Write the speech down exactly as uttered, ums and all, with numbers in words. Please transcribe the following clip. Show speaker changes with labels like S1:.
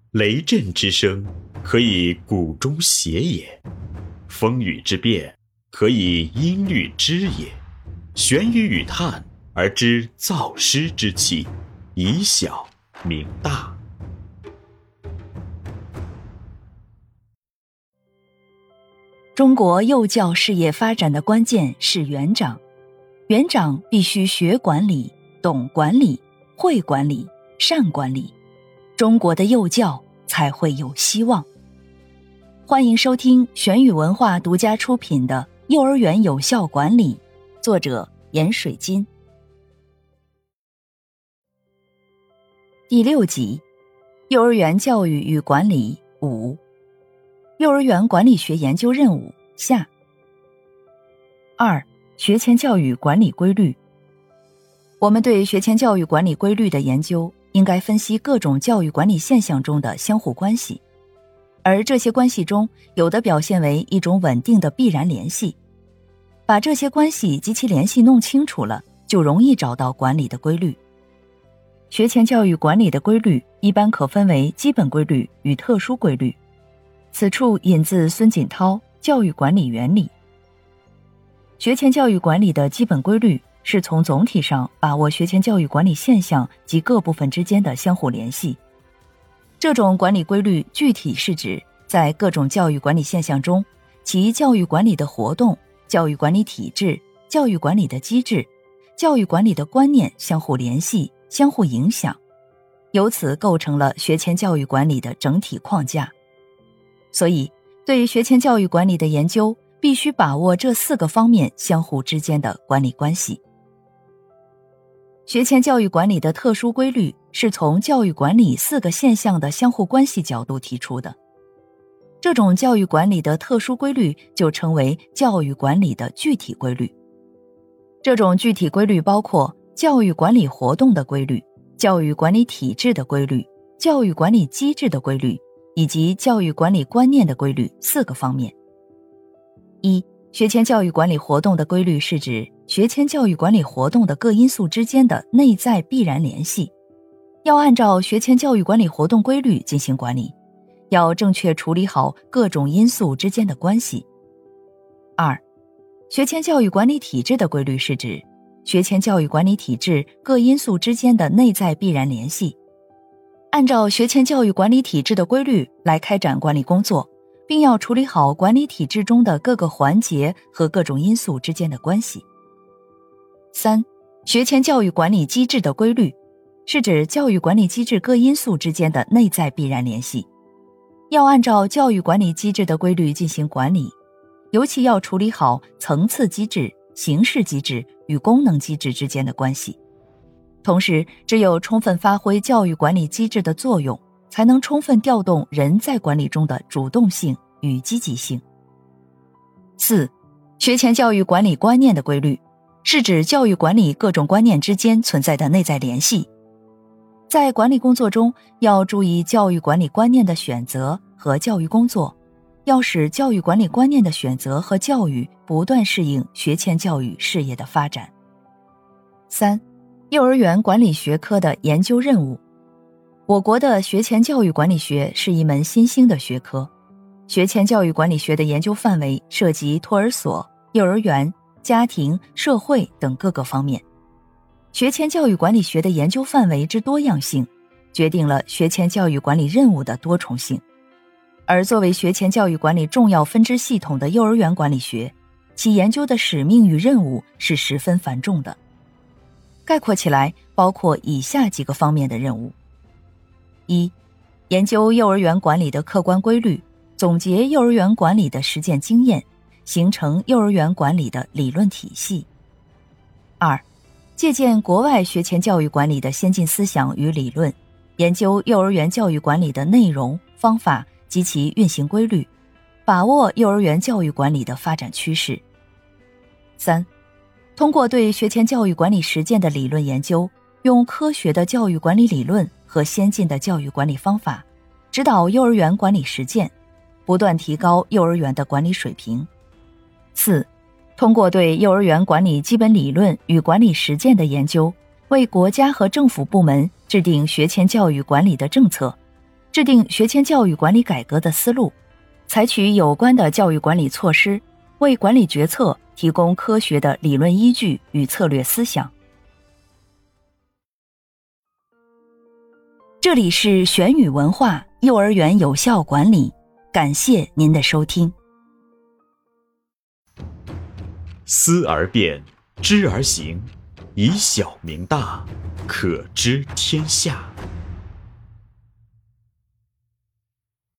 S1: 雷震之声，可以鼓中谐也；风雨之变，可以音律之也。玄于语叹，而知造湿之气，以小明大。
S2: 中国幼教事业发展的关键是园长，园长必须学管理、懂管理、会管理、善管理，中国的幼教才会有希望。欢迎收听玄宇文化独家出品的《幼儿园有效管理》，作者闫水金。第六集，幼儿园教育与管理五，幼儿园管理学研究任务下。二、学前教育管理规律。我们对学前教育管理规律的研究，应该分析各种教育管理现象中的相互关系，而这些关系中，有的表现为一种稳定的必然联系。把这些关系及其联系弄清楚了，就容易找到管理的规律。学前教育管理的规律一般可分为基本规律与特殊规律，此处引自孙锦涛《教育管理原理》。学前教育管理的基本规律是从总体上把握学前教育管理现象及各部分之间的相互联系。这种管理规律具体是指在各种教育管理现象中，其教育管理的活动、教育管理体制、教育管理的机制、教育管理的观念相互联系、相互影响，由此构成了学前教育管理的整体框架。所以，对于学前教育管理的研究，必须把握这四个方面相互之间的管理关系。学前教育管理的特殊规律是从教育管理四个现象的相互关系角度提出的。这种教育管理的特殊规律就称为教育管理的具体规律。这种具体规律包括教育管理活动的规律、教育管理体制的规律、教育管理机制的规律以及教育管理观念的规律四个方面。一、学前教育管理活动的规律是指学前教育管理活动的各因素之间的内在必然联系，要按照学前教育管理活动规律进行管理，要正确处理好各种因素之间的关系。二、学前教育管理体制的规律是指学前教育管理体制各因素之间的内在必然联系，按照学前教育管理体制的规律来开展管理工作，并要处理好管理体制中的各个环节和各种因素之间的关系。三、学前教育管理机制的规律是指教育管理机制各因素之间的内在必然联系，要按照教育管理机制的规律进行管理，尤其要处理好层次机制、形式机制与功能机制之间的关系。同时，只有充分发挥教育管理机制的作用，才能充分调动人在管理中的主动性与积极性。四、学前教育管理观念的规律是指教育管理各种观念之间存在的内在联系。在管理工作中，要注意教育管理观念的选择和教育工作，要使教育管理观念的选择和教育不断适应学前教育事业的发展。三、幼儿园管理学科的研究任务。我国的学前教育管理学是一门新兴的学科，学前教育管理学的研究范围涉及托儿所、幼儿园、家庭、社会等各个方面。学前教育管理学的研究范围之多样性，决定了学前教育管理任务的多重性。而作为学前教育管理重要分支系统的幼儿园管理学，其研究的使命与任务是十分繁重的。概括起来，包括以下几个方面的任务。一、研究幼儿园管理的客观规律，总结幼儿园管理的实践经验，形成幼儿园管理的理论体系。二、借鉴国外学前教育管理的先进思想与理论，研究幼儿园教育管理的内容、方法及其运行规律，把握幼儿园教育管理的发展趋势。三、通过对学前教育管理实践的理论研究，用科学的教育管理理论和先进的教育管理方法，指导幼儿园管理实践，不断提高幼儿园的管理水平。四、通过对幼儿园管理基本理论与管理实践的研究，为国家和政府部门制定学前教育管理的政策， 制定学前教育管理改革的思路，采取有关的教育管理措施，为管理决策提供科学的理论依据与策略思想。这里是玄宇文化幼儿园有效管理，感谢您的收听。
S1: 思而变，知而行，以小明大，可知天下。